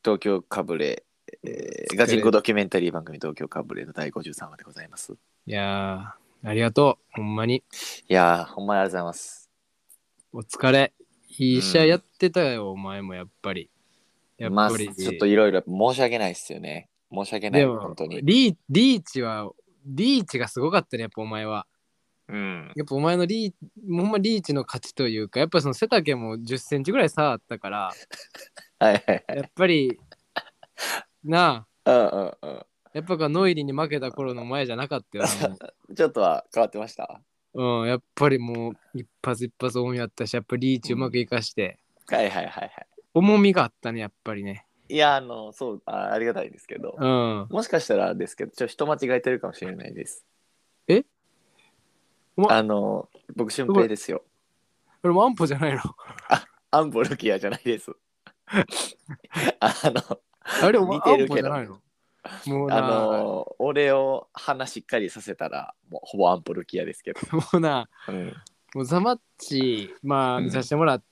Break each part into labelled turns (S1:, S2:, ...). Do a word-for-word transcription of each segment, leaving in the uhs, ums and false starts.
S1: 東京かぶれ、えー、ガチンコドキュメンタリー番組東京かぶれのだいごじゅうさんわでございます。
S2: いやー、ありがとう。ほんまに。
S1: いやー、ほんまにありがとうございます。
S2: お疲れ。いい試合
S1: うん
S2: やってたよ、お前もやっぱり。やっ
S1: まあ、
S2: ぱり。
S1: ちょっといろいろ申し訳ないですよね。申し訳ない、
S2: でも
S1: 本当に。
S2: リー、リーチは、リーチがすごかったね、やっぱお前は。
S1: うん。
S2: やっぱお前のリー、ほんまリーチの勝ちというか、やっぱその背丈もじゅっセンチぐらい差あったから、
S1: はいはいは
S2: やっ
S1: い。
S2: ぱり、なあ、
S1: うんうんうん。
S2: やっぱがノイリーに負けた頃の前じゃなかったよな、も
S1: ちょっとは変わってました。
S2: う。うん、やっぱりもう一発一発オンやったし、やっぱリーチうまくいかして、
S1: はいはいはいはい。
S2: 重みがあったね、やっぱりね。
S1: いや、あの、そうあ、ありがたいですけど、
S2: うん。
S1: もしかしたらですけど、ちょっと人間違えてるかもしれないです。
S2: えおま、
S1: あの、僕、俊
S2: これ、
S1: 平ですよ。
S2: これも安保じゃないの？
S1: あ、アンボルキアじゃないです。あの、
S2: あれ、お前
S1: 似て
S2: 安
S1: るけど、
S2: 保じゃないの？もう
S1: あ
S2: な、
S1: の、俺を鼻しっかりさせたら、もうほぼアンポルキアですけど。
S2: もうな、
S1: うん。
S2: もうザマッチ、まあ見さ
S1: うん。
S2: せてもらって、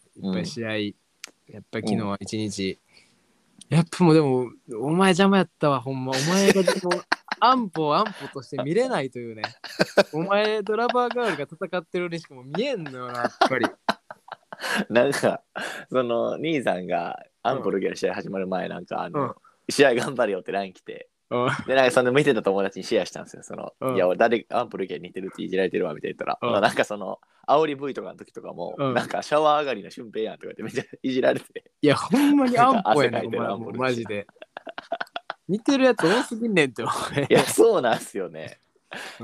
S2: いっぱい試合、やっぱり昨日は一日、やっぱもうでも、お前邪魔やったわ、ほんま。お前がでも、安保安保として見れないというね。お前とラバーガールが戦ってるにしかも見えんのよな、やっぱり。
S1: なんか、その、兄さんがアンポ
S2: うん。
S1: ルキアの試合始まる前、なんか、あ
S2: うん。
S1: の、試合頑張れよって ライン 来て、
S2: うん。
S1: で、なんかその見てた友達にシェアしたんですよ。その、
S2: うん。
S1: いや、俺誰、アンポルキアに似てるっていじられてるわ、みたいな言ったら、ほな
S2: うん。
S1: なんかその、煽り V とかの時とかも、
S2: うん。
S1: なんかシャワー上がりの俊平やんとか言ってめっちゃいじられて、
S2: いや、ほんまに
S1: なんか
S2: 安保やねん、
S1: 汗かいてる
S2: お前もう
S1: アンポルキア。
S2: マジで。似てるやつ多すぎんねんって、お前。
S1: いや、そうなんすよね。
S2: うん。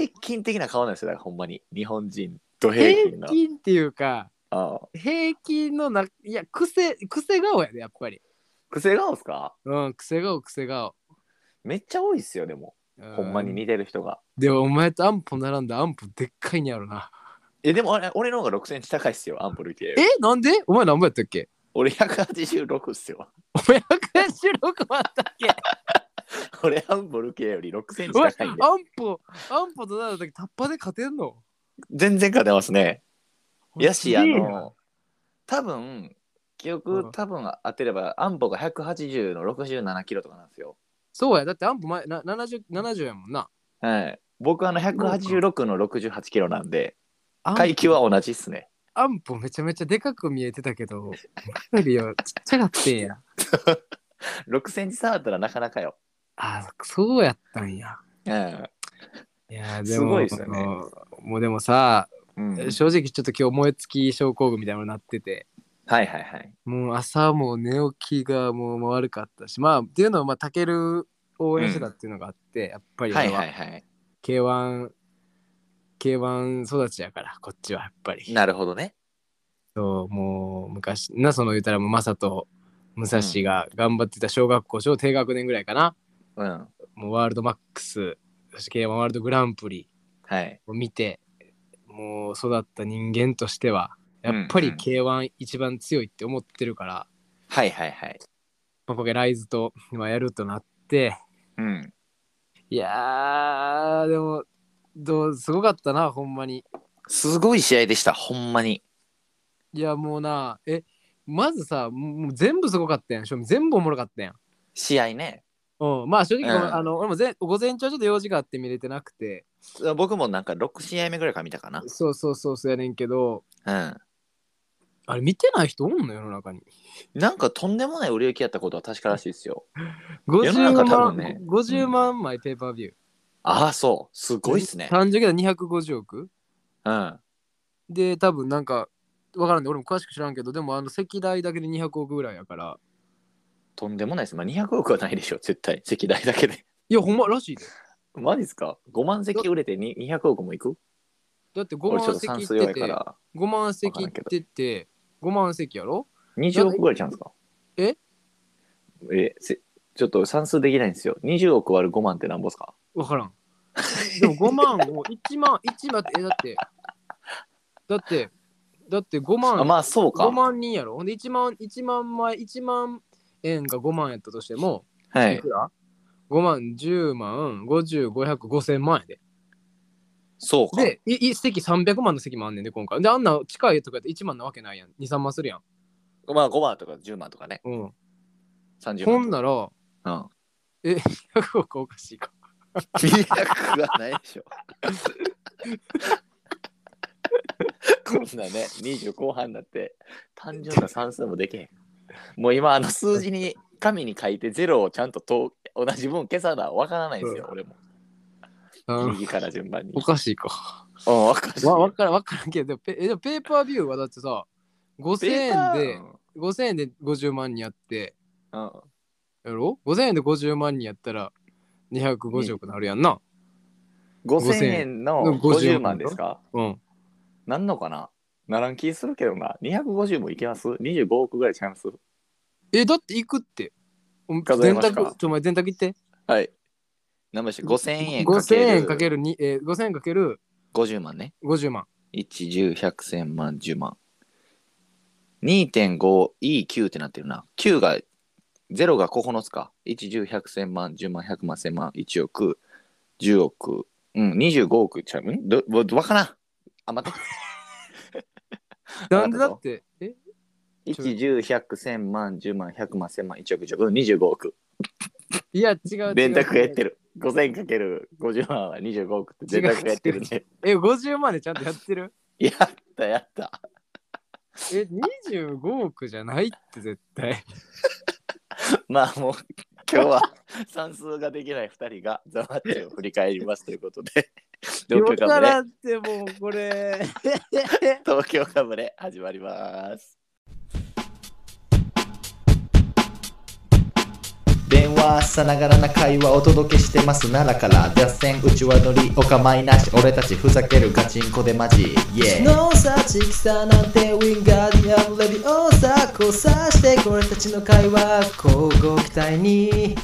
S1: 平均的な顔なんですよ、だからほんまに。日本人と平
S2: 平
S1: 均の。
S2: 均っていうか、
S1: ああ
S2: 平均のな、いや、癖、癖顔やで、やっぱり。
S1: 癖顔っすか？
S2: うん、癖顔、癖顔。
S1: めっちゃ多いっすよ、でも。
S2: う
S1: ほんまに似
S2: ん。
S1: てる人が。
S2: でも、お前とアンポ並んだアンポでっかいんやろな。
S1: え、でも俺俺の方がろくセンチ高いっすよ、アンポルキアよ
S2: え、
S1: り。
S2: なんでお前何ぼやったっけ？
S1: 俺ひゃくはちじゅうろくっすよ。
S2: お前ひゃくはちじゅうろくもあったっけ？
S1: 俺アンポルキアよりろくセンチ
S2: お前、
S1: 高いんで。
S2: アンポ、アンポと並んだ時タッパで勝てんの？
S1: 全然勝てますね。やし、あ
S2: すげえやん。
S1: の、多分、記憶
S2: うん
S1: 多分当てれば、アンポがひゃくはちじゅうのろくじゅうななキロとかなんですよ。
S2: そうや、だってアンポ前なななじゅう、ななじゅうやもんな。
S1: はい。僕あの
S2: そうか。
S1: ひゃくはちじゅうろくのろくじゅうはちキロなんで、
S2: アン
S1: 階級は同じっすね。
S2: アンポめちゃめちゃでかく見えてたけど、前よりよちっちゃかってんや。
S1: ろくセンチ差あったらなかなかよ。
S2: あ、そうやったんや。
S1: うん。
S2: いや、です
S1: ごい
S2: も、
S1: ですよね。
S2: もうでもさ、
S1: うん。
S2: 正直ちょっと今日燃え尽き症候群みたいなのになってて、
S1: はいはいはい。
S2: もう朝も寝起きがもう悪かったし、まあ、っていうのは、まあ、タケル応援してたっていうのがあって、やっぱり
S1: はい
S2: 俺は
S1: はいはい。
S2: ケーワン、ケーワン 育ちやから、こっちはやっぱり。
S1: なるほどね。
S2: そう、もう昔、な、その言ったらもうマサと武蔵
S1: うん。
S2: が頑張ってた小学校、小低学年ぐらいかな。
S1: うん。
S2: もうワールドマックス、そして ケーワン ワールドグランプリ
S1: はい。
S2: を見て、もう育った人間としては、やっぱり
S1: うんうん
S2: ケーワン 一番強いって思ってるから、
S1: はいはいはい。
S2: まあ、ここでライズと今やるとなって、
S1: うん。
S2: いやー、でも、どうすごかったな、ほんまに。
S1: すごい試合でした、ほんまに。
S2: いや、もうな、え、まずさ、もう全部すごかったやん、正味全部おもろかったやん。
S1: 試合ね。
S2: うん、まあ正直ごめん、
S1: う
S2: あの、俺もぜ午前中はちょっと用事があって見れてなくて、
S1: ん。僕もなんかろく試合目ぐらいから見たかな。
S2: そうそうそうそうやねんけど、
S1: うん。
S2: あれ見てない人おんの世の中に。
S1: なんかとんでもない売れ行きやったことは確からしいですよ。世の
S2: 50
S1: 中多
S2: 万、
S1: 分ね。
S2: ごじゅう
S1: うん、
S2: まん枚ペーパービュー。
S1: ああ、そう。すごいっすね。
S2: 誕生日がにひゃくごじゅうおく
S1: うん。
S2: で、多分なんか、わからんね、俺も詳しく知らんけど、でもあの席代だけでにひゃくおくぐらいやから。
S1: とんでもないです。まあ、にひゃくおくはないでしょ、絶対。席代だけで。
S2: いや、ほんまらしいで。
S1: マジっすか？ ご 万席売れてににひゃくおくもいく？
S2: だってご
S1: 俺ちょっと
S2: まん席行
S1: 算数
S2: ってて、
S1: 弱いから
S2: ごまん席行っ
S1: 分からんけど。
S2: てて、ごまん席やろ？
S1: にじゅうおくぐらいちゃうんですか？
S2: え
S1: えせちょっと算数できないんですよ。にじゅうおく割るごまんってなんぼっすか？
S2: わからん。でもごまんをいちまん、いちまんって、え、だって、だって、だってごま
S1: あ、
S2: ん、
S1: まあそうか。
S2: ごまん人やろ？ほんでいちまん、いちまん枚、いちまん円がごまんやったとしても、
S1: はい。
S2: いくら？ ご 万、じゅうまん、ごじゅう、ごひゃく、ごせんまんやで。
S1: そうか。
S2: で、いい席さんびゃくまんの席もあんねんで、今回。で、あんな近いとかやっていちまんなわけないやん。に、さんまんするやん。
S1: まあごまんとかじゅうまんとかね。
S2: うん。
S1: さんじゅうまん。
S2: ほんなら、
S1: うん。
S2: え、ひゃくおくおかしいか。
S1: にひゃくはないでしょ。こんなね、にじゅう後半になって単純な算数もできへん。もう今あの数字に紙に書いてゼロをちゃんとと同じ分消さなわからないんですよ、俺も。
S2: うん
S1: 右から順番に。
S2: おかしいか。
S1: うん、わかる。
S2: わわからんわからんけど、でもペえでもペーパービューはだってさ、5000
S1: ペーパー
S2: 円で、ごせんえんでごじゅうまん人やって、
S1: うん。
S2: やろ ?ごせん 円でごじゅうまん人やったらにひゃくごじゅうおくなるやんな。
S1: ごせんえんのごじゅうまんですか？
S2: うん。
S1: なんのかな、ならん気するけどな。にひゃくごじゅうもいけます？ にじゅうご 億ぐらいちゃいます？
S2: え、だって行くって。
S1: 数えますか？
S2: 電卓、ちょ、お前電卓行って。
S1: はい。何でしょう？ ごせん 円か
S2: 5000
S1: け
S2: 円かけ
S1: る
S2: るに、えー、ごせんえんかける
S1: ごじゅうまんね。
S2: ごじゅうまん。
S1: いち、じゅう、ひゃく、せんまん、じゅうまん。にてんごイーきゅう ってなってるな。きゅうが、ゼロがここのつか。いち、じゅう、ひゃく、せんまん、じゅうまん、ひゃくまん、せんまん、いちおく、じゅうおく、うん、にじゅうごおくちゃう。んど、わからん。あ、待って。
S2: なんでだって、え
S1: いち、じゅう、ひゃく、せんまん、じゅうまん、ひゃくまん、せんまん、いちおく、じゅうおく、にじゅうごおく。
S2: いや、違う違う。
S1: 電卓がやってる。ごせんかけるごじゅうまんはにじゅうごおくって電卓がやってるね。
S2: え、ごじゅうまんでちゃんとやってる？
S1: やったやった。
S2: え、にじゅうごおくじゃないって絶対。
S1: まあもう今日は算数ができないふたりがザマッチを振り返りますということで東京かぶれ
S2: ってもうこれ
S1: 東京かぶれ始まります。電話さながらな会話お届けしてます奈良から脱線うちわ乗りお構いなし俺たちふざけるガチンコでマジイエーノーサーチキサなんてウィンガーディアムレディオーサー交差して俺たちの会話交互期待に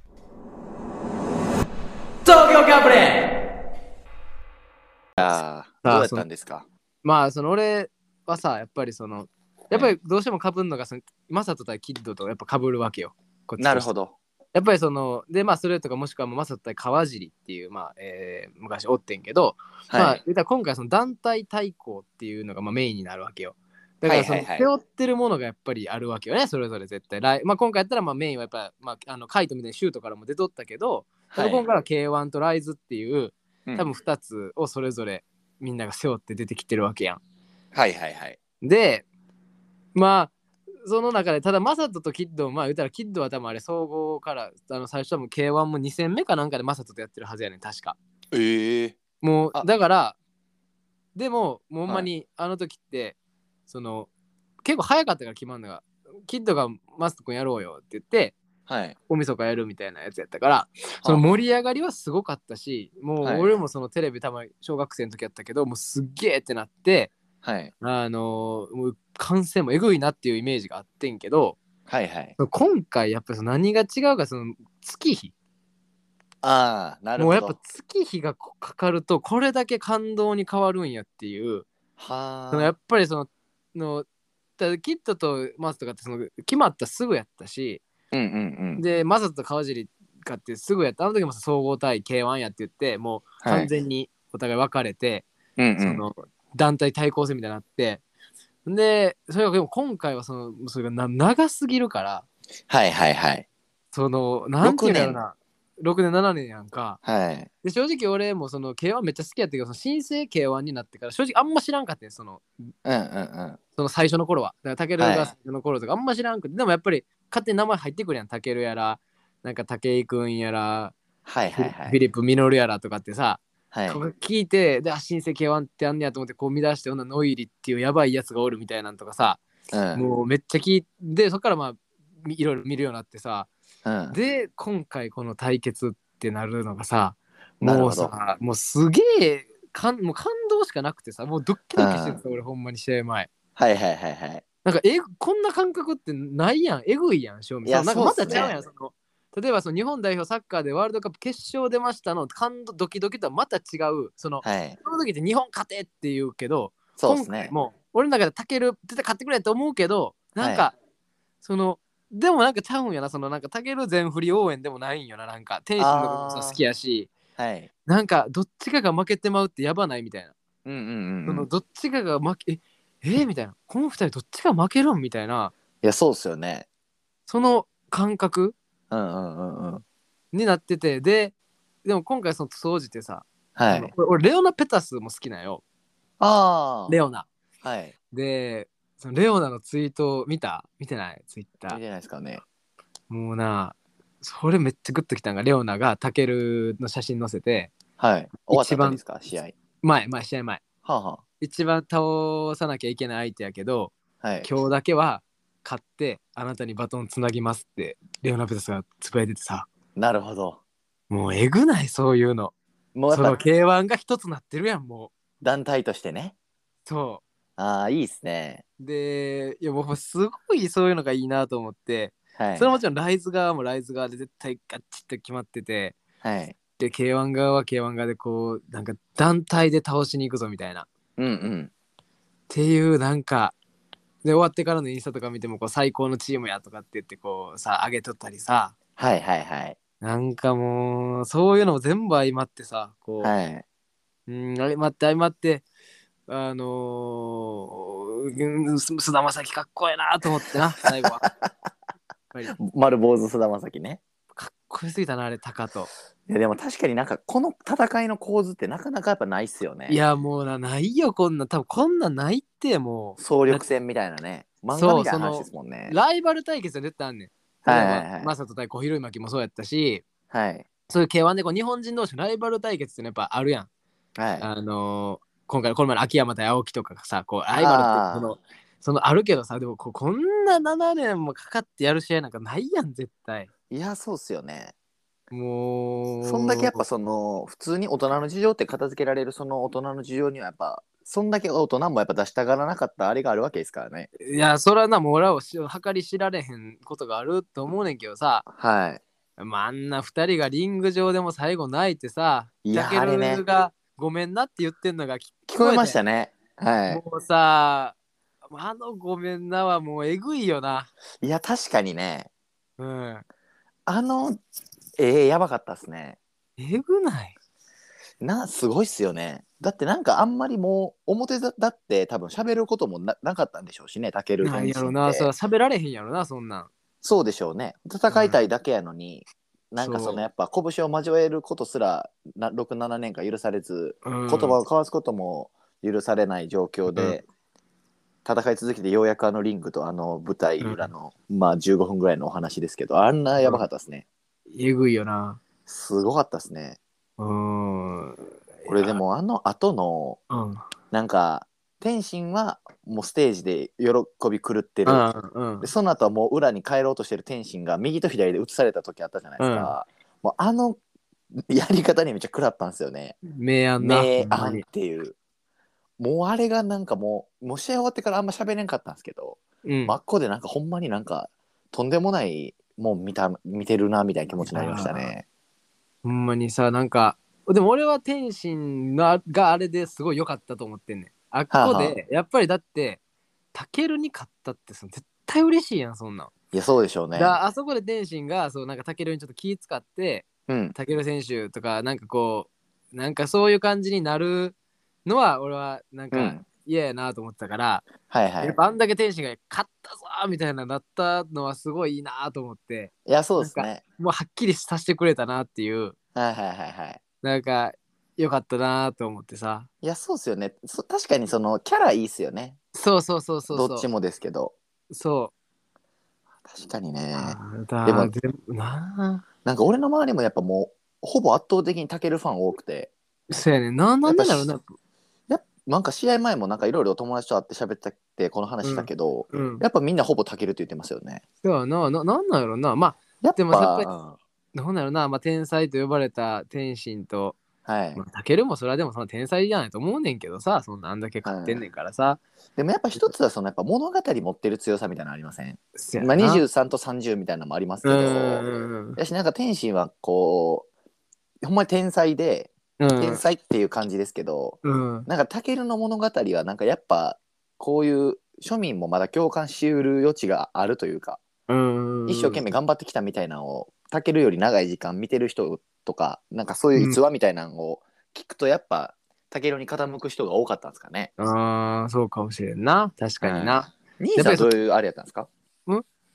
S1: 東京かぶれ。ああどうやったんですか？
S2: まあその俺はさやっぱりそのやっぱりどうしても被るのがそのマサト対キッドとやっぱ被るわけよ。こっちとして
S1: なるほど。
S2: やっぱりそのでまあそれとかもしくはマサト対川尻っていうまあ、えー、昔おってんけど、はい、まあ言ったら今回その団体対抗っていうのがまあメインになるわけよ。だからその背負ってるものがやっぱりあるわけよね、それぞれ絶対。来まあ、今回やったらまあメインはやっぱ、まあ、あのカイトみたいにシュートからも出とったけど、はい、今回は ケーワン とライズっていう多分ふたつをそれぞれみんなが背負って出てきてるわけやん。
S1: はいはいはい。
S2: でまあその中でただマサトとキッドまあ言ったらキッドは多分あれ総合からあの最初はもう ケーワン もに戦目かなんかでマサトとやってるはずやねん確か。
S1: ええー、
S2: もうだからでももうほんまにあの時って、はい、その結構早かったから決まるのがキッドがマスト君やろうよって言って、はい、大晦日やるみたいなやつやったからその盛り上がりはすごかったしもう俺もそのテレビ多分小学生の時やったけどもうすっげーってなって、はい、あのー、もう歓声もえぐいなっていうイメージがあってんけど、はいはい、今回やっぱりその何が違うかその月日
S1: ああなるほど
S2: もうやっぱ月日がかかるとこれだけ感動に変わるんやっていうはそのやっぱりそののキッドとマスとかってその決まったすぐやったし、うんうんうん、でマサと川尻かってすぐやったあの時も総合対 ケーワン やって言ってもう完全にお互い分かれて、はい、その団体対抗戦みたいになってでそれがでも今回はそのそれがな長すぎるから
S1: はいはいはい
S2: そのなんていうんだろうなろくねんななねんやんか、はい、で正直俺もその ケーワン めっちゃ好きやったけどその新生 ケーワン になってから正直あんま知らんかったねその、うんうんうん、その最初の頃はだからタケルが最初の頃とかあんま知らんくて、はい、でもやっぱり勝手に名前入ってくるやんタケルやらなんか武井くんやら、はいはいはい、フィリップ・ミノルやらとかってさ、はい、ここ聞いてで新生 ケーワン ってあんねやと思ってこう見出して女ノイリっていうやばいやつがおるみたいなんとかさ、うん、もうめっちゃ聞いてそっからまあいろいろ見るようになってさ、うん、で今回この対決ってなるのがさもうさもうすげえかんもう感動しかなくてさもうドッキドキしてた、うん、俺ほんまに試合前はいはいはいはいなんかえこんな感覚ってないやんえぐいやん正味なんかまたちゃうやん、ね、その例えばその日本代表サッカーでワールドカップ決勝出ましたの感動ドキドキとはまた違うその、はい、その時って日本勝てって言うけどそうですね今回も俺の中でタケル絶対勝ってくれと思うけどなんか、はい、そのでもなんかちゃうんやなそのなんかタケル全振り応援でもないんよななんか天心のこと好きやし、はい、なんかどっちかが負けてまうってやばないみたいな、うんうんうんうん、そのどっちかが負けええー、みたいなこのふたりどっちが負けるんみたいないやそうっすよねその感覚
S1: うんうんうんうん。
S2: になってて、ででも今回その総じてさ、
S1: はい。
S2: その俺俺レオナ・ペタスも好きなんよ。
S1: あ
S2: レオナ
S1: あ。はい。
S2: で、そのレオナのツイート見た見てないツイッタ
S1: 見てないですかね。
S2: ー。もうな、それめっちゃグッときたんが、レオナがタケルの写真載せて、
S1: はい。終わった
S2: 一番
S1: 後にですか、試合。
S2: 前前試合前
S1: はあは
S2: 一番倒さなきゃいけない相手やけど、
S1: あ。はい。
S2: 今日だけは勝ってあなたにバトンつなぎますってレオナ・ペタスがつぶやいててさ、
S1: なるほど。
S2: もうえぐないそういうの。その
S1: もうやっぱ
S2: ケーワン が一つなってるやんもう。
S1: 団体としてね。
S2: そ
S1: ああ、いいっすね。
S2: うで、いやもうすごいそういうのがいいなと思って、
S1: はい。
S2: それはもちろんライズ側もライズ側で絶対ガッチッと決まってて、
S1: はい。
S2: で ケーワン 側は ケーワン 側でこうなんか団体で倒しに行くぞみたいなっ
S1: うんうん。
S2: ていうなんか、で終わってからのインスタとか見てもこう最高のチームやとかって言ってこうさ上げとったりさ、
S1: はいはいはい。
S2: なんかもうそういうのも全部相まってさ、こ
S1: はい。
S2: ううん相まって相まって、あのー、うん菅田将暉かっこいいなと思ってな最後はやっぱり
S1: 丸坊主菅田将暉ね。
S2: かっこよすぎたなあれタカと。
S1: いやでも確かになんかこの戦いの構図ってなかなかやっぱないっすよね。
S2: いやもうなないよこんな、多分こんなんないっても
S1: 総
S2: うだ
S1: 力戦みたいなね。漫画みたいな話で
S2: そうその
S1: すもんね。
S2: ライバル対決が絶対あんねん。
S1: はい
S2: 例えば
S1: はいはい。
S2: マサト対小広巻もそうやったし、
S1: はい。
S2: そういう ケーワン でこう日本人同士のライバル対決ってのやっぱあるやん。
S1: はい。
S2: あのー今回この前の秋山対青木とかがさ、こうライバルってそ
S1: あ
S2: のそのあるけどさ、でもここんなななねんもかかってやる試合なんかないやん絶対。
S1: あ。いや、そうっすよね。そんだけ
S2: もう
S1: やっぱその普通に大人の事情って片付けられるその大人の事情にはやっぱそんだけ大人もやっぱ出したがらなかったあれがあるわけですからね。
S2: いやそれはな、もう俺らをし計り知られへんことがあると思うねんけどさ、
S1: はい。
S2: まあ、あんなふたりがリング上でも最後泣いてさ、
S1: いや、
S2: タケ
S1: あれね、
S2: ルがごめんなって言ってんのが聞
S1: 聞こえま
S2: こえたやん。
S1: したね。は
S2: もうさ、あのごめんなはもうえぐいよな。
S1: い。いや、確かにね、
S2: うん。
S1: あの、ええやばかったっすね。
S2: えぐない。
S1: な、すごいっすよね。だってなんかあんまりもう表だだって多分喋ることもな、なかったんでしょうしね、タケル
S2: ない
S1: 天
S2: やろな、そ
S1: 心って。
S2: ら喋られへんやろな、そんなん。
S1: そうでしょうね。
S2: うん。
S1: 戦いたいだけやのに、なんかその
S2: そ
S1: やっぱ拳を交えることすらなろく、ななねんかん許されず、
S2: う。う
S1: 言葉
S2: ん。
S1: を交わすことも許されない状況
S2: うん。
S1: で、戦い続けてようやくあのリングとあの舞台
S2: うん。
S1: 裏の、まあじゅうごふんぐらいのお話ですけど、あんなやばかったですね。
S2: えぐいよな。
S1: すごかったですね。
S2: うん。い
S1: これで
S2: や、
S1: もあの後の、
S2: うん。
S1: なんか、天心はもうステージで喜び狂って
S2: う
S1: る。
S2: ん。うん。
S1: で、その後はもう裏に帰ろうとしてる天心が右と左で映された時あったじゃないで
S2: うん。
S1: すか。もうあのやり方にめっちゃ食らったんですよね。
S2: 明暗な、ほ
S1: 明暗っ
S2: んまに。
S1: ていう。もうあれがなんかもう、もう試合終わってからあんま喋れんかったんですけど、
S2: うん。
S1: 真っ向でなんかほんまになんかとんでもないもん見た見てるなみたいな気持ちになりましたね。
S2: ほんまにさ、なんか、でも俺は天心のがあれですごい良かったと思ってんねん。あっ
S1: はあはあ。
S2: こで、やっぱりだって、タケルに勝ったってその絶対嬉しいやん、そんなん。
S1: いやそうでしょうね。
S2: だあそこで天心が、そう、なんかタケルにちょっと気使って、
S1: うん。
S2: タケル選手とか、なんかこう、なんかそういう感じになるのは、俺はなんか
S1: うん。
S2: 嫌やなと思ってたから、
S1: はいはい。
S2: やっぱあんだけ天心が勝ったぞーみたいななったのはすごいいいなと思って、
S1: いやそう
S2: なんか
S1: ですね。
S2: もうはっきりさせてくれたなっていう、
S1: はいはいはいはい。
S2: なんか良かったなと思ってさ。
S1: いやそうっすよね。そ確かにそのキャラいいっすよね。
S2: そうそうそうそうそ
S1: どっちもですけど。
S2: う。そう。
S1: 確かにね。
S2: あ
S1: でも
S2: だ全部な
S1: なんか俺の周りもやっぱもうほぼ圧倒的にタケルファン多くて、
S2: あ。そうやねんな。なんでだろうな。
S1: やっぱしやなんか試合前もなんかいろいろ友達と会って喋ってってこの話した
S2: うん。
S1: けど、
S2: うん。
S1: やっぱみんなほぼタケルって言ってますよね。
S2: そうやな。な、なんなんやろな。まあ、
S1: やっ
S2: でもやっぱり、
S1: ぱ、
S2: なんだろうな。まあ、天才と呼ばれた天心と、
S1: はい、
S2: まあ、タケルもそれはでもその天才じゃないと思うねんけどさ、そんなあんだけ勝ってんねん
S1: はい。
S2: からさ。
S1: でもやっぱ一つはそのやっぱ物語持ってる強さみたいなのありません？まあ
S2: そやな。
S1: にじゅうさんとさんじゅうみたいなのもあります
S2: うん
S1: けど、
S2: うん
S1: やしなんか天心はこうほんまに天才で
S2: うん。うん。
S1: 天才っていう感じですけど、
S2: うん。
S1: なんかタケルの物語はなんかやっぱこういう庶民もまだ共感しうる余地があるというか、
S2: うん。
S1: 一生懸命頑張ってきたみたいなのをタケルより長い時間見てる人とか、なんかそういう逸話みたいなのを聞くとやっぱタケルに傾く人が多かったんですかね。
S2: ああ、そうかもしれんな。確かに
S1: は
S2: な。
S1: い。兄
S2: やっぱりそ、
S1: さんどういうあれやったんですか？
S2: うん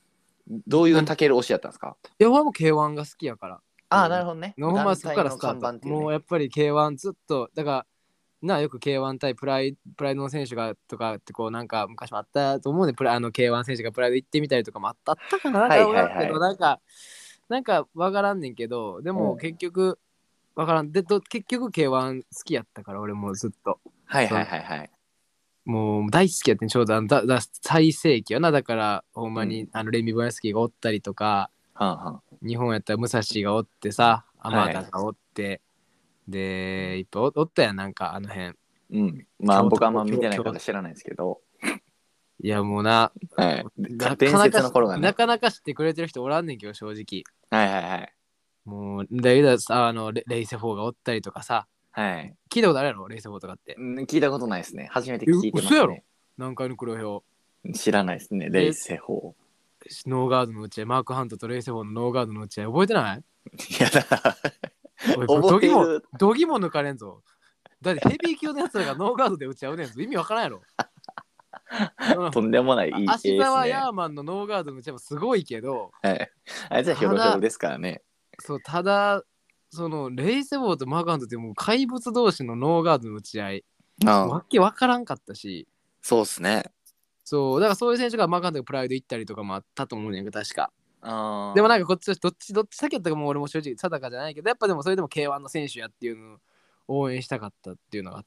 S3: どういうタケル推しやったんですか？
S2: いや俺も ケーワン が好きやから。
S3: ああ、なるほどね。
S2: ほんまそこからスタート、
S3: 団体の看板っていうね
S2: もうやっぱり ケーワン ずっとだからな、よく ケーワン 対プライプライドの選手がとかってこうなんか昔もあったと思うんで、プラあの ケーワン 選手がプライド行ってみたりとかもあったあったかな、
S3: はいはいはい
S2: なんかけどなんかなんかわからんねんけど、でも結局わからんでど結局 ケーワン 好きやったから俺もずっと。
S3: はいはいはいはい。
S2: もう大好きやってん、ちょうどあのだだ最盛期やな。だからほんまに、
S3: うん
S2: あのレミ・ボヤスキーがおったりとか、
S3: はんはん。
S2: 日本やったら武蔵がおってさ、
S3: い
S2: 天田がおって、でいっぱいおおったやん、なんかあの辺。
S3: うん。まあ
S2: 京都
S3: 僕はあんま見てないか
S2: 京都
S3: ら知らないですけど。
S2: いやもうな、
S3: はい。
S2: な
S3: 伝
S2: かなか
S3: 説の頃がね。
S2: なかなか知ってくれてる人おらんねんけど正直。
S3: はいはいはい。
S2: もうだいだあのレレイセフォーがおったりとかさ、
S3: はい。
S2: 聞いたことあるやろレイセフォーとかって。
S3: うん聞いたことないですね。初めて聞いてます
S2: 嘘やろ
S3: ね。
S2: 南海の黒豹。
S3: 知らないですね。レイセフォ
S2: ノーガードの打ち合い、マークハントとレイセフォーのノーガードの打ち合い覚えてない？
S3: ー。いやだ。
S2: おいこれ
S3: 覚え
S2: どぎも
S3: る。
S2: どぎも抜かれんぞ。だってヘビー級のやつらがノーガードで打ち合うねんぞ。意味わからんやろ。
S3: とんでもないいい
S2: 足沢
S3: 絵ですね。
S2: ヤーマンのノーガードの打ち合いもすごいけど、
S3: はい。あいつはひょろひょろですからね。
S2: そうただそのレイセフォーとマークハントってもう怪物同士のノーガードの打ち合い、
S3: あ
S2: わけわからんかったし、
S3: そうっすね。
S2: そうだからそういう選手がマークハントがプライド行ったりとかもあったと思うねんけど確か。
S3: あ
S2: でもなんかこっちどっちどっち先やったかもう俺も正直定かじゃないけど、やっぱでもそれでも ケーワン の選手やっていうのを応援したかったっていうのがあって、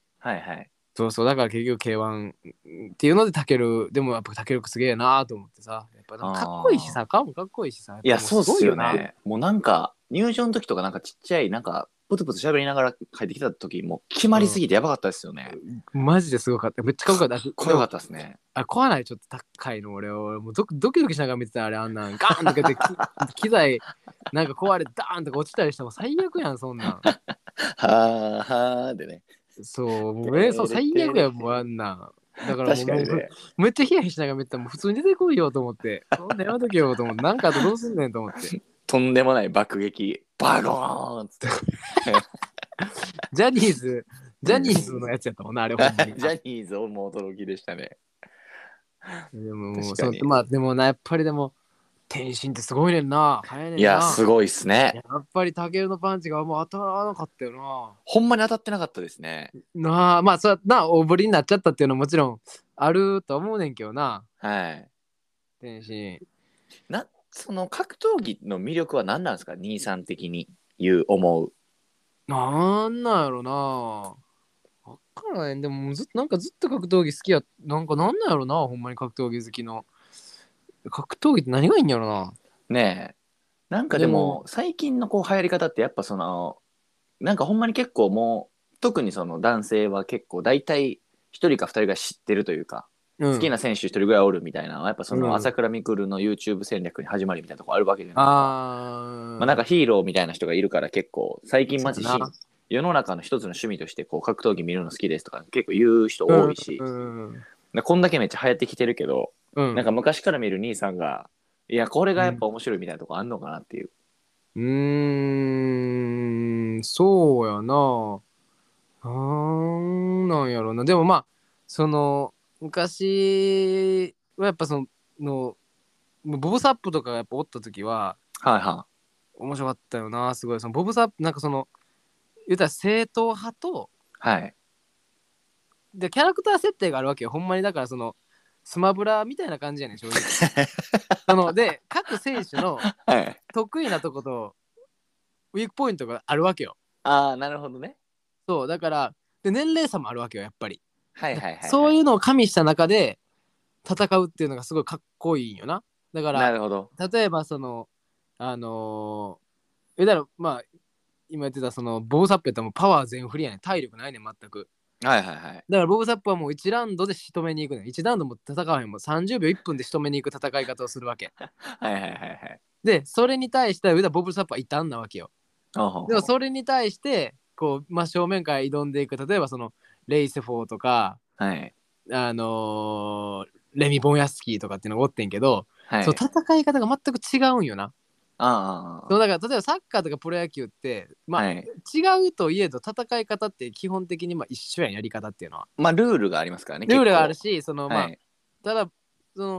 S3: はいはい。
S2: そうそうだから結局 ケーワン っていうのでタケル、でもやっぱタケルすげえなと思ってさ、やっぱかっこいいしさ、顔もかっこいいしさ、
S3: いや、そうっすよ
S2: な。
S3: ね。もうなんか、入場の時とかなんかちっちゃい、なんか、プツプツ喋りながら帰ってきた時、もう決まりすぎてやばかったですよね。
S2: マジですごかった。めっちゃかっこよかった。
S3: かっこよかったですね。
S2: あ、怖ないちょっと高いの俺をもうドドキドキしながら見てたあれ、あんなんガーンとかって機材なんか壊れてダーンとか落ちたりしても最悪やんそんなん。
S3: はーはーでね。
S2: そうもうえそう最悪やもうあんなんだからもう
S3: 確かにね。
S2: めっちゃヒヤヒヤしながら見てたらもう普通に出てこいよと思って、そんなやめとけよと思って、なんかあとどうすんねんと思って。
S3: とんでもない爆撃。バゴーンっつって。
S2: ジャニーズジャニーズのやつやったもんなあれほんまに。
S3: ジャニーズをもう驚きでしたね。
S2: でももう
S3: 確かに
S2: そのまあでもなやっぱりでも天心ってすごいねんな。早いねんな。
S3: いや、すごいっすね。
S2: やっぱりタケルのパンチがもう当たらなかったよな。
S3: ほんまに当たってなかったですね。
S2: なあまあそうな大振りになっちゃったっていうのはもちろんあると思うねんけどな。
S3: はい。
S2: 天心。
S3: な、その格闘技の魅力は何なんですか？兄さん的に言う、思う。
S2: なんなんやろな。わからへん。でもずっとなんかずっと格闘技好きや。なんかなんなんやろな。ほんまに格闘技好きの。格闘技って何がいいんやろな。
S3: ねえ。なんかでも、最近のこう流行り方ってやっぱその、なんかほんまに結構もう、特にその男性は結構大体一人か二人が知ってるというか、
S2: うん、
S3: 好きな選手一人ぐらいおるみたいなのはやっぱそ
S2: うん
S3: の朝倉未来の YouTube 戦略に始まりみたいなとこあるわけじゃないですか。
S2: あー、
S3: まあなんかヒーローみたいな人がいるから結構最近マジし
S2: そうやな
S3: 世の中の一つの趣味としてこう格闘技見るの好きですとか結構言う人多いし、
S2: うんうん
S3: でこんだけめっちゃ流行ってきてるけど、
S2: うん、
S3: なんか昔から見る兄さんがいやこれがやっぱ面白いみたいなとこあんのかなっていう。
S2: うーん、そうやな。なんなんやろな。でもまあ、その、昔はやっぱその、ボブサップとかがやっぱおった時は、
S3: はいは
S2: 面白かったよな、すごい。そのボブサップ、なんかその、言ったら正統派と、
S3: いはい
S2: で、キャラクター設定があるわけよ。ほんまにだからその、スマブラみたいな感じやねん、正直。そので、各選手の
S3: はい
S2: 得意なとことウィークポイントがあるわけよ。
S3: ああなるほどね。
S2: そうだからで年齢差もあるわけよやっぱり。
S3: はいはいはい、はい、
S2: そういうのを加味した中で戦うっていうのがすごいかっこいいんよな。だから
S3: なるほど。
S2: 例えばそのあのー、えだからまあ今言ってたそのボブサップやったらもうパワー全振りやねん、体力ないねん全く。
S3: はいはいはい。
S2: だからボブサップはもういちラウンドで仕留めに行くねん。いちラウンドも戦わへんもんさんじゅうびょういっぷんで仕留めに行く戦い方をするわけ。
S3: はいはいはいはい。
S2: でそれに対してボブサップは異端なわけよ。
S3: ほうほうほう
S2: でもそれに対してこう真正面から挑んでいく、例えばそのレイセフォーとか
S3: はい
S2: あのー、レミ・ボンヤスキーとかっていうのがおってんけど、
S3: はい。
S2: そう戦い方が全く違うんよな。
S3: ああ
S2: そうだから例えばサッカーとかプロ野球ってまあ、
S3: はい、
S2: 違うといえど戦い方って基本的にまあ一緒やん、やり方っていうのは。
S3: まあルールがありますからね。
S2: ルールがあるしそのまあ、
S3: はい、
S2: ただその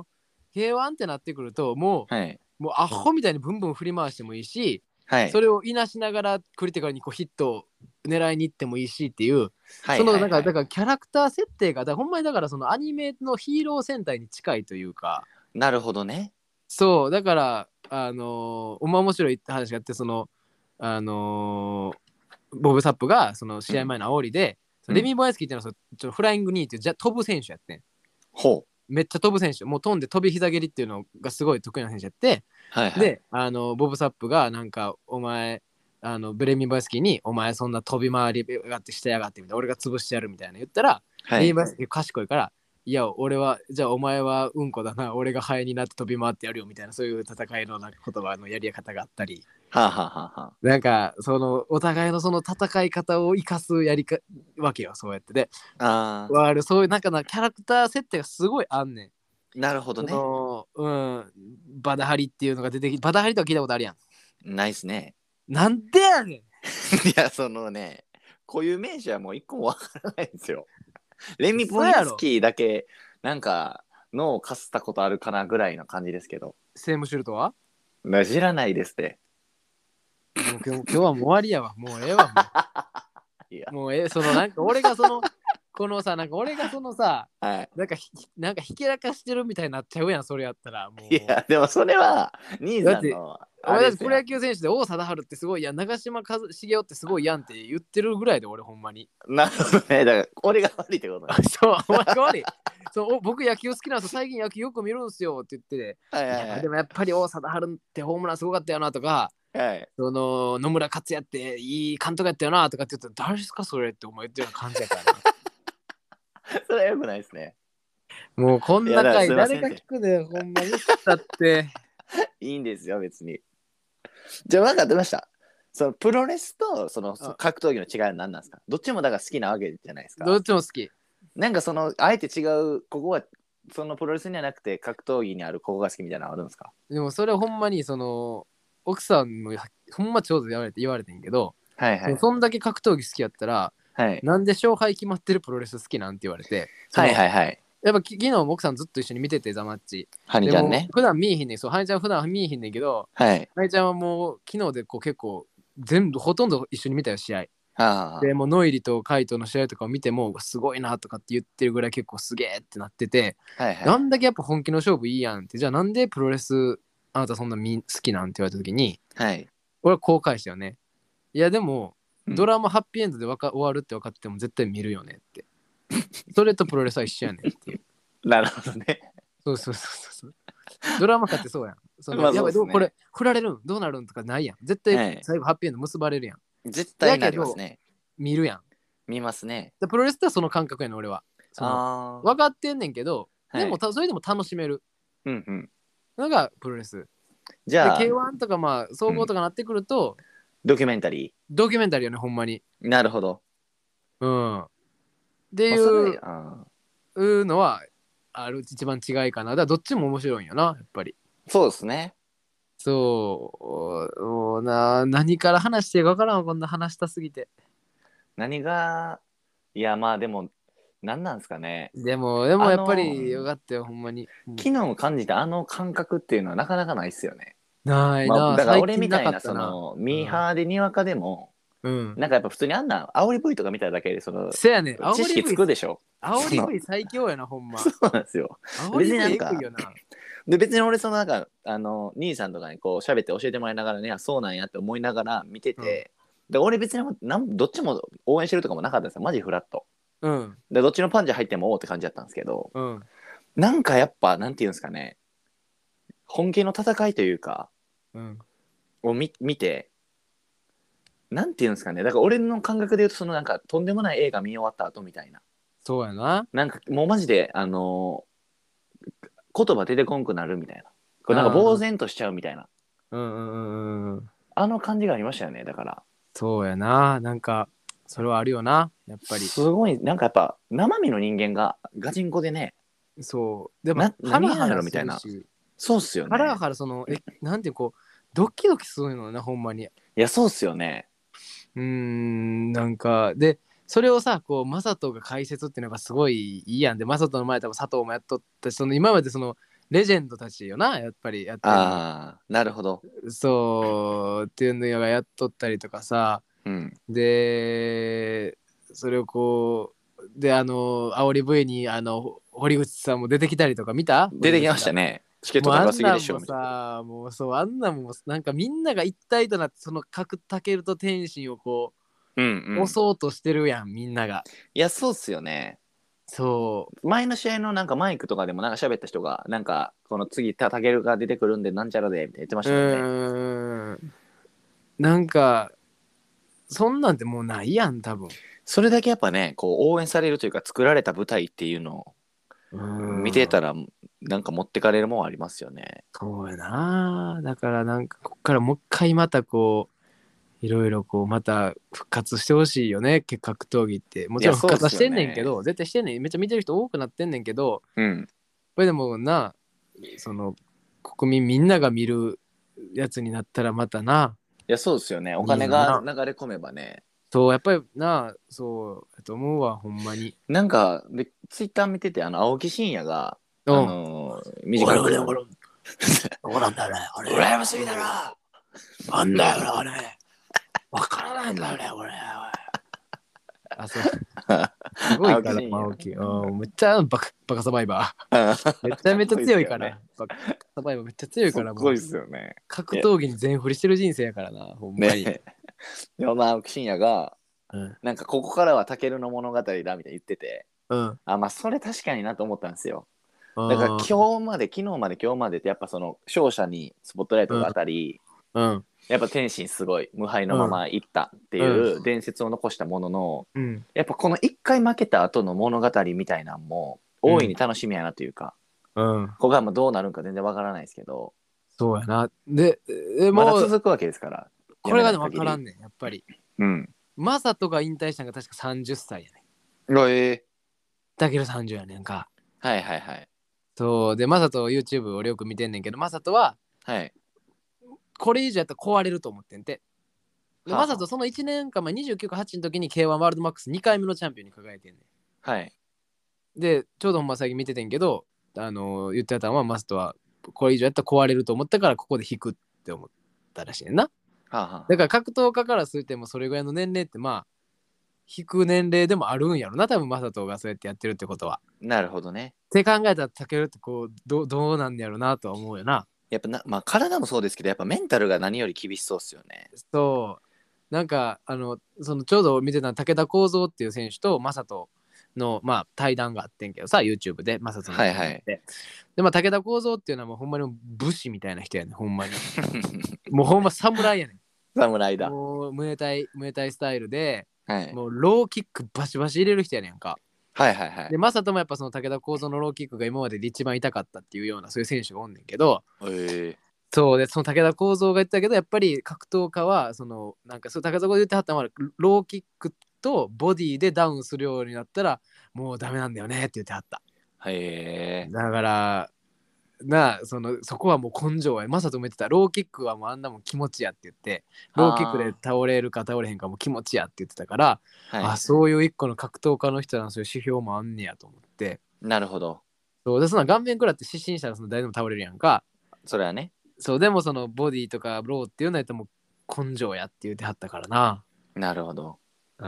S2: ケーワン ってなってくるともう、
S3: はい。
S2: もうアホみたいにブンブン振り回してもいいし、
S3: はい。
S2: それをいなしながらクリティカルにこうヒットを狙いに行ってもいいしっていう、
S3: はい
S2: その
S3: はいはい
S2: なんかだからキャラクター設定がだからほんまにだからそのアニメのヒーロー戦隊に近いというか、
S3: なるほどね。
S2: そうだからあのー、お前面白いって話があって、そのあのー、ボブ・サップがその試合前の煽りで、
S3: うん、
S2: レミー・ボヤスキーっていうのはちょっとフライングニーっていうじゃ飛ぶ選手やってん。
S3: ほう。
S2: めっちゃ飛ぶ選手、もう飛んで飛び膝蹴りっていうのがすごい得意な選手やって、
S3: はいはい、
S2: であのボブ・サップがなんかお前あのブレミー・ボヤスキーにお前そんな飛び回りやがってしてやがってみたいな、俺が潰してやるみたいな言ったら、
S3: はい、
S2: レミー・ボヤスキー賢いから、いや俺はじゃあお前はうんこだな、俺がハエになって飛び回ってやるよみたいな、そういう戦いのなんか言葉のやり方があったり、
S3: はあ、はあはあはあ、
S2: なんかそのお互いのその戦い方を生かすやりかわけよ、そうやってで、
S3: あ
S2: あそういうなんかなキャラクター設定がすごいあんねん。
S3: なるほどね。
S2: うん、バダハリっていうのが出てきて、バダハリとは聞いたことあるやん。
S3: ないっすね。
S2: なんでやねん。い
S3: や、そのね、こういう名詞はもう一個もわからないんですよ。レミ・ボヤスキーだけ、なんか、脳をかすったことあるかなぐらいの感じですけど。
S2: セームシュルトは
S3: 知らないですって。
S2: もう今日今日はもう終わりやわ。もうええわ。もう、いやもうええ、そのなんか俺がその、このさ、なんか俺がそのさ、
S3: はい、
S2: なんかひなんかひけらかしてるみたいになっちゃうやん、それやったら。もう
S3: いや、でもそれは、兄さんの。
S2: 俺だってプロ野球選手で王貞治ってすごいやん、長嶋茂雄ってすごいやんって言ってるぐらいで俺ほんまに。
S3: なるほどね。だから俺が悪いってことね。
S2: そう、お前が悪い。そう僕野球好きなんですよ、最近野球よく見るんすよって言ってて、
S3: はいはいはい、
S2: いやでもやっぱり王貞治ってホームランすごかったよなとか、
S3: はい、
S2: その野村克也っていい監督やったよなとかって言ったら、誰ですかそれって思ってるような感じやからな。
S3: それはよくないですね。
S2: もうこんな回誰が聞くで、ほんまにだって。
S3: いいんですよ、別に。じゃあ分かってました。そのプロレスとその格闘技の違いは何なんですか？どっちもだから好きなわけじゃないですか。
S2: どっちも好き。
S3: なんかそのあえて違う、ここはそのプロレスにはなくて格闘技にあるここが好きみたいなのあるんですか？
S2: でもそれほんまにその奥さんもほんまちょうど言われて言われてんけど、
S3: はいはい、
S2: そんだけ格闘技好きやったら、はい、なんで勝敗決まってるプロレス好きなんて言われて、
S3: はいはいはい。
S2: やっぱ昨日も奥さんずっと一緒に見てて、ザマッチ。
S3: ハニちゃんね。
S2: 普段見えひんねん。そう、ハニちゃん普段見えひんねんけど、はい、ハニちゃんはもう昨日でこう結構全部ほとんど一緒に見たよ、試合。はあ、でもうノイリとカイトの試合とかを見てもすごいなとかって言ってるぐらい結構すげえってなってて、はいはい、なんだけやっぱ本気の勝負いいやんって、じゃあなんでプロレスあなたそんな好きなんて言われた時に、はい、俺はこう返したよね。いやでも、うん、ドラマハッピーエンドでわか終わるって分かってても絶対見るよねって。それとプロレスは一緒やねんっていう。
S3: なるほどね。
S2: そうそうそうそう。ドラマかってそうやん。そのまあそうですね、やばい、これ振られるんどうなるんとかないやん。絶対最後ハッピーエンド結ばれるやん。
S3: 絶対なりますね。
S2: 見るやん。
S3: 見ますね。
S2: プロレスってその感覚やねん俺は。その分かってんねんけど、でも、はい、それでも楽しめる。うんうん。のがプロレス。じゃあ ケーワン とかまあ総合とかなってくると、うん、
S3: ドキュメンタリー。
S2: ドキュメンタリーよねほんまに。
S3: なるほど。
S2: うん。っていう、まあ、いうのはある一番違いかな。だからどっちも面白いんよなやっぱり。
S3: そうですね。
S2: そうな、何から話していいか分からん、こんな話したすぎて。
S3: 何がいやまあでも何なんですかね。
S2: でもでもやっぱりよかったよほんまに。
S3: 昨日も感じたあの感覚っていうのはなかなかないっすよね。
S2: ないな、ま
S3: あ、だから俺みたい な, なそのミーハーでにわかでも、うん、なんかやっぱ普通にあんな煽り V とか見ただけでその
S2: せやねん、
S3: 知識つくでしょ。
S2: 煽り V 最強やなほんま。
S3: そうなんですよ。
S2: 煽り V エグいよな。
S3: で別に俺そのなんかあの兄さんとかにこう喋って教えてもらいながらね、そうなんやって思いながら見てて、うん、で俺別になんどっちも応援してるとかもなかったんですよ、マジフラット。うん、でどっちのパンチ入ってもおーって感じだったんですけど、うん、なんかやっぱなんていうんですかね、本気の戦いというか、うん、を 見, 見てなんていうんですかね、だから俺の感覚で言うとそのなんかとんでもない映画見終わった後みたいな。
S2: そうやな。
S3: なんかもうマジであのー、言葉出てこんくなるみたいな。これなんか呆然としちゃうみたいな。うんうんうんうん。あの感じがありましたよね。だから。
S2: そうやな。なんかそれはあるよな。やっぱり。
S3: すごいなんかやっぱ生身の人間がガチンコでね。
S2: そう。でも
S3: な何やろみたいな。そうっすよね。
S2: ハラハラそのえなんていうこうドキドキするのなほんまに。い
S3: やそうっすよね。
S2: うーんなんかでそれをさこうマサトが解説っていうのがすごいいいやんで、マサトの前多分佐藤もやっとったし、その今までそのレジェンドたちよな、やっぱりやってるの。
S3: ああ、なるほど。
S2: そうっていうのがやっとったりとかさ、
S3: うん。
S2: でそれをこうであの煽り V にあの堀口さんも出てきたりとか見た？
S3: 出てきました
S2: ね。
S3: ね。チケット
S2: もうあ
S3: 高
S2: んなんも
S3: すぎでしょみたいな。
S2: さ、もうそうあんなんもなんかみんなが一体となってその角健と天心をこ
S3: うん
S2: う
S3: うん。
S2: 押そうとしてるやん、みんなが。
S3: いや、そうっすよね。
S2: そ
S3: 前の試合のなんかマイクとかでもなんか喋った人が、なんか、この次、たたけるが出てくるんで、なんちゃらで、みたいな言ってまし
S2: う。う
S3: たもんね。
S2: ーん。なんかそんなんてもうないやん、多分。
S3: それだけやっぱね、こう、応援されるというか、作られた舞台っていうのを見てたら、なんか持ってかれるもんありますよね。
S2: そうやな。だからなんかこっからもう一回またこういろいろこうまた復活してほしいよね、格闘技って。もちろん復活はしてんねんけど、絶対してんねん。めっちゃ見てる人多くなってんねんけど、
S3: うん。
S2: これでもな、その国民みんなが見るやつになったらまたな。
S3: いや、そうですよね。お金が流れ込めばね。
S2: そう、やっぱりな、そうやと思うわ、ほんまに。
S3: なんか、で、ツイッター見てて、あの、青木真也が、あ
S2: うん
S3: のー、短く。
S2: 俺俺俺俺なんだよね、俺。
S3: 羨ましいだろ。
S2: なんだよな、俺。わからないんだよね、俺。あ、そう。すごいから、青木。めっちゃバカバカサバイバー。めちゃめちゃ強いから。バカサバイバーめっちゃ強いから、
S3: すごいっすよね。
S2: 格闘技に全振りしてる人生やからな、ほんまに。
S3: ね、でもまあ、青木真也が、
S2: うん、
S3: なんかここからはタケルの物語だみたいに言ってて、
S2: うん、
S3: あ、まあそれ確かになと思ったんですよ。だから今日まで、昨日まで今日までってやっぱその勝者にスポットライトが当たり、
S2: うん、
S3: やっぱ天心すごい無敗のままいったっていう伝説を残したものの、
S2: うん、
S3: やっぱこの一回負けた後の物語みたいなんも大いに楽しみやなというか、
S2: うん、
S3: ここがもうどうなるんか全然わからないですけど、
S2: そうやな。で、でも
S3: まだ続くわけですから。
S2: これがね分からんねん、やっぱり。
S3: うん。
S2: マサトが引退したのが確かさんじゅっさいやね
S3: ん。ええ。
S2: だけどさんじゅうやねんか。
S3: はいはいはい。
S2: そうで、マサト YouTube 俺よく見てんねんけど、マサトは、
S3: はい。
S2: これ以上やったら壊れると思ってんて。で、
S3: はあはあ、
S2: マサトそのいちねんかんまえにじゅうきゅうかはちの時に ケーワン ワールドマックスにかいめのチャンピオンに輝いてんねん。
S3: はい。
S2: で、ちょうどほんま最近見ててんけど、あのー、言ってたのはマサトはこれ以上やったら壊れると思ったからここで引くって思ったらしいねんな。
S3: はあはあ、
S2: だから格闘家からするともそれぐらいの年齢ってまあ引く年齢でもあるんやろな、多分マサトがそうやってやってるってことは。
S3: なるほどね。
S2: って考えたらタケルってこう ど, どうなんやろなとは思うよな。
S3: やっぱな、まあ体もそうですけど、やっぱメンタルが何より厳しそうっすよね。
S2: そうなんかあのそのちょうど見てた武田幸三っていう選手とマサトのまあ対談があってんけどさ、 YouTube でマサトの
S3: はいはい。
S2: でまあ武田幸三っていうのはもうほんまに武士みたいな人やねん、ほんまにもうほんま侍やねん。
S3: 侍だ。
S2: もうムエタイムエタイスタイルで、
S3: はい、
S2: もうローキックバシバシ入れる人やねんか。
S3: はいはいはい。
S2: でマサトもやっぱその武田幸三のローキックが今までで一番痛かったっていうようなそういう選手がおんねんけど、
S3: えー、
S2: そうでその武田幸三が言ったけど、やっぱり格闘家はそのなんかそう武田幸三が言ってはったのはローキックとボディでダウンするようになったらもうダメなんだよねって言ってはった。
S3: へえ。
S2: だからなあ、そのそこはもう根性はマサトも言ってた、ローキックはもうあんなもん気持ちやって言って、ローキックで倒れるか倒れへんかも気持ちやって言ってたから、はい、あ、そういう一個の格闘家の人のそういう指標もあんねやと思って。
S3: なるほど。
S2: そうでそんな顔面食らって失神したらその誰でも倒れるやんか。
S3: それはね。
S2: そうでもそのボディとかローっていうのやったらもう根性やって言ってはったからな。
S3: なるほど。
S2: うん、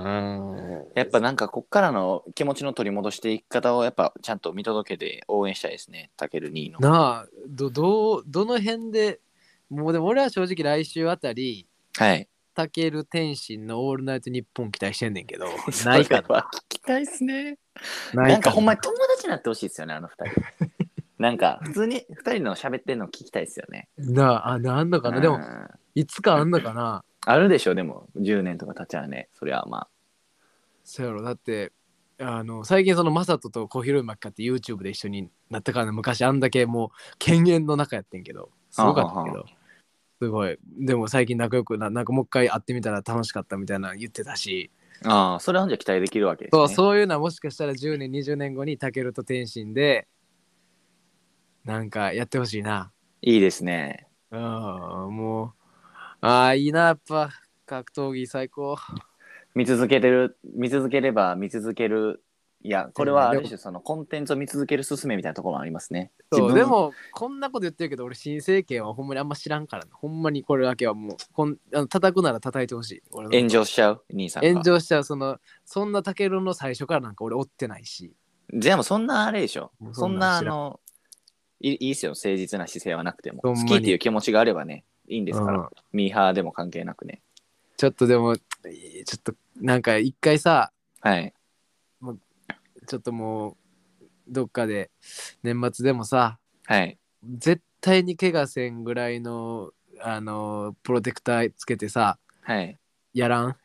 S3: やっぱなんかこっからの気持ちの取り戻していき方をやっぱちゃんと見届けて応援したいですね、タケルにの。
S2: なあ、どどどの辺でもうでも俺は正直来週あたり、
S3: はい。
S2: タケル天心のオールナイトニッポン期待してんねんけど、ないかな。
S3: 聞きたいっすね。なんかほんまに友達になってほしいですよね、あの二人。なんか普通に二人の喋ってんの聞きたいですよね。
S2: なあ、あなんのかな、でもいつかあんのかな。
S3: あるでしょ、でもじゅうねんとか経っちゃうね、そりゃまあ。
S2: そうやろ、だってあの最近そのマサトと小広い巻きって YouTube で一緒になったから、ね、昔あんだけもう犬猿の仲やってんけどすごかったけど、はははすごい。でも最近仲良くな、なんかもう一回会ってみたら楽しかったみたいな言ってたし。
S3: ああ、それはじゃ期待できるわけですね。
S2: そう、そういうのはもしかしたらじゅうねんにじゅうねんごにタケルと天心でなんかやってほしいな。
S3: いいですね。
S2: うん、もうああいいな、やっぱ格闘技最高。
S3: 見続けてる見続ければ見続けるいや、これはある種そのコンテンツを見続ける勧めみたいなところもありますね。
S2: そうでもこんなこと言ってるけど俺新政権はほんまにあんま知らんからな。ほんまにこれだけはもうこんあの叩くなら叩いてほしい。俺の
S3: 炎上しちゃう兄さんが。
S2: 炎上しちゃう。そのそんなタケルの最初からなんか俺追ってないし。
S3: でもそんなあれでしょ。そんなあ
S2: そんなん
S3: のいいいっすよ、誠実な姿勢はなくても。
S2: ほんまに
S3: 好きっていう気持ちがあればね、いいんですから。
S2: うん
S3: ミーハーでも関係なくね。
S2: ちょっとでもちょっとなんか一回さ、
S3: はい。
S2: ちょっともうどっかで年末でもさ、
S3: はい。
S2: 絶対に怪我せんぐらいのあのプロテクターつけてさ、
S3: はい。
S2: やらん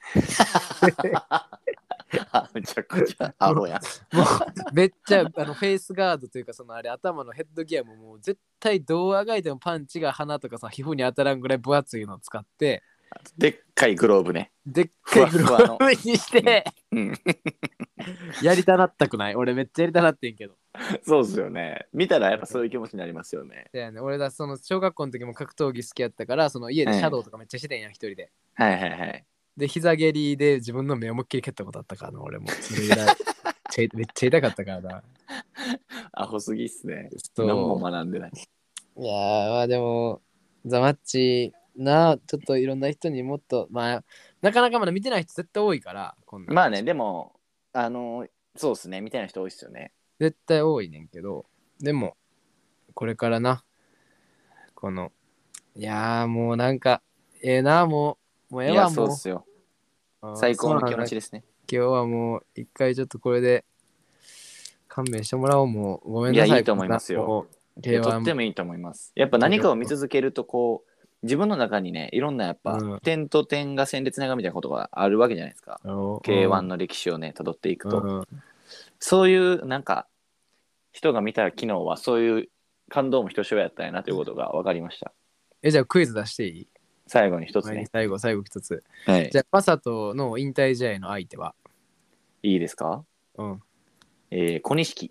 S3: あめちゃくちゃアホや。
S2: もうめっちゃあのフェイスガードというかそのあれ頭のヘッドギアももう絶対どうあがいてもパンチが鼻とかさ皮膚に当たらんぐらい分厚いのを使って
S3: でっかいグローブね。
S2: でっかいグローブにして
S3: うん
S2: やりたなったくない？俺めっちゃやりたなってんけど。
S3: そうっすよね。見たらやっぱそういう気持ちになりますよね。
S2: だよね、俺だその小学校の時も格闘技好きやったからその家でシャドウとかめっちゃしてたんや、一人で。
S3: はいはいはい。
S2: で膝蹴りで自分の目を思いっきり蹴ったことあったからな俺も。それぐらいちゃめっちゃ痛かったからな。
S3: アホすぎっすね。
S2: そう
S3: 何も学んでない。
S2: いやーまあでもザマッチなちょっといろんな人にもっとまあなかなかまだ見てない人絶対多いからこんな
S3: まあね、でも、あの、そうっすね、みたいな人多いっすよね。
S2: 絶対多いねんけど、でもこれからなこのいやーもうなんかええなもうもうええわ
S3: いや、そう
S2: もう
S3: っすよ。
S2: あー
S3: 最高の気
S2: そうなんだ
S3: 持ちですね。
S2: 今日はもう一回ちょっとこれで勘弁してもらおう。もうごめん
S3: いや、
S2: なさい。
S3: いいと思いますよ。いや、とってもいいと思います。やっぱ何かを見続けると、こう、自分の中にね、いろんなやっぱ、
S2: うん
S3: 点と点が線でつながるみたいなことがあるわけじゃないですか。ケーワン の歴史をね、辿っていくと。
S2: うん
S3: そういう、なんか、人が見た昨日は、そういう感動もひとしおやったんやなということが分かりました。
S2: え、じゃあクイズ出していい？
S3: 最後に一つね。
S2: 最後、最後一つ。
S3: はい。
S2: じゃあ、マサトの引退試合の相手は？
S3: いいですか？
S2: うん。
S3: えー、小錦。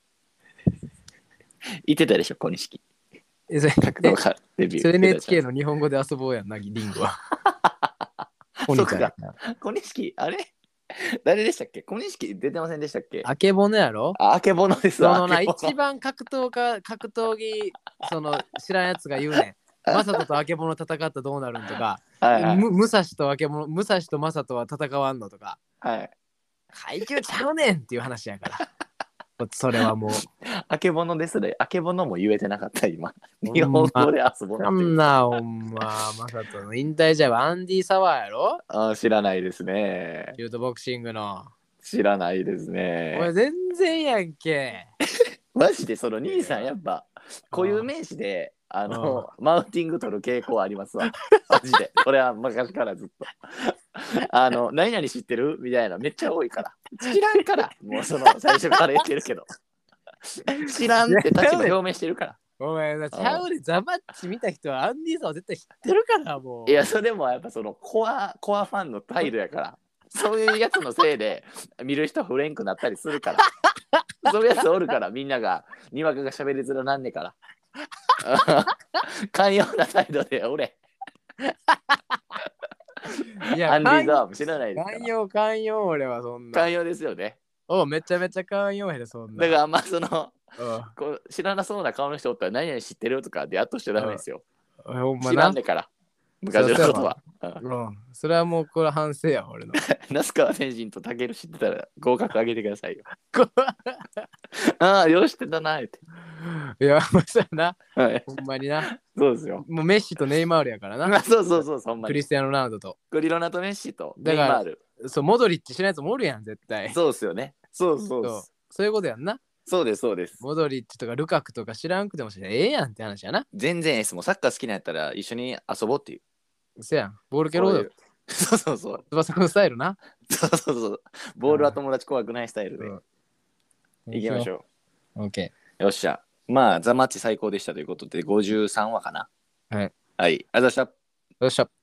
S3: 言ってたでしょ、小錦。
S2: え、それ、
S3: 格闘家デビュー。
S2: それ エヌエイチケー の日本語で遊ぼうやんな、リングは。
S3: そうか。小錦、あれ誰でしたっけ？小錦出てませんでしたっけ？
S2: あけぼのやろ？
S3: あ、あけぼのですわ。
S2: そのな、一番格闘家、格闘技、その知らんやつが言うねん。マサトとあけぼの戦ったらどうなるんとか、
S3: はいはい、
S2: む武蔵とあけぼの、武蔵とマサトは戦わんのとか、
S3: はい。
S2: 階級ちゃうねんっていう話やから。それはもう。
S3: あけぼのですね。あけぼのも言えてなかった、今。日本語で遊ぼう。
S2: そんな、ほんま、マサトの引退試合はアンディ・サワーやろ？
S3: あ、知らないですね。
S2: シュートボクシングの。
S3: 知らないですね。
S2: お前全然やんけ。
S3: マジでその兄さんやっぱ固有名詞であのマウンティング取る傾向ありますわ。マジで。これは昔からずっと。あの何々知ってるみたいなめっちゃ多いから。知らんから。もうその最初から言ってるけど。知らんって立場表明してるから。
S2: お前ちゃうでザマッチ見た人はアンディさんは絶対知ってるからもう。
S3: いやそれもやっぱそのコアコアファンの態度やから。そういうやつのせいで見る人フレンクなったりするから。そういうやつおるからみんながにわかが喋りづらなんねから。寛容な態度で俺。いやアンディザーム知らないですから。
S2: 寛容寛容俺はそんな。
S3: 寛容ですよね。
S2: おめちゃめちゃ寛容やでそんな。
S3: だからまあそのこう知らなそうな顔の人おったら何々知ってるとかでやっとしちゃダメですよ。
S2: ほんまな
S3: 知らんねから。昔のことは。
S2: うん、それはもうこれ反省や俺の。
S3: 那須川天心とタケル知ってたら合格あげてくださいよ。ああ、よしてたなって。
S2: いや、まさな、
S3: はい。
S2: ほんまにな。
S3: そうですよ。
S2: もうメッシとネイマールやからな。
S3: そうそうそう、そんまに。
S2: クリスティアーノ・ロナウドと。
S3: クリロナとメッシとネイマール。
S2: そう、モドリッチ知らないやつもおるやん、絶対。
S3: そうですよね。そうそう
S2: そう。そういうことやんな。
S3: そうです、そうです。
S2: モドリッチとかルカクとか知らんくてもええやんって話やな。
S3: 全然 S もサッカー好きなんやったら一緒に遊ぼうっていう。
S2: せやん。ボール蹴ろうよ。
S3: そうそうそう。
S2: 翼くんスタイルな。
S3: そうそうそう。ボールは友達怖くないスタイルで。行きましょ
S2: う。OK。
S3: よっしゃ。まあ、ザ・マッチ最高でしたということで、ごじゅうさんわかな。
S2: はい。
S3: はい。ありがとうございました。
S2: よっしゃ。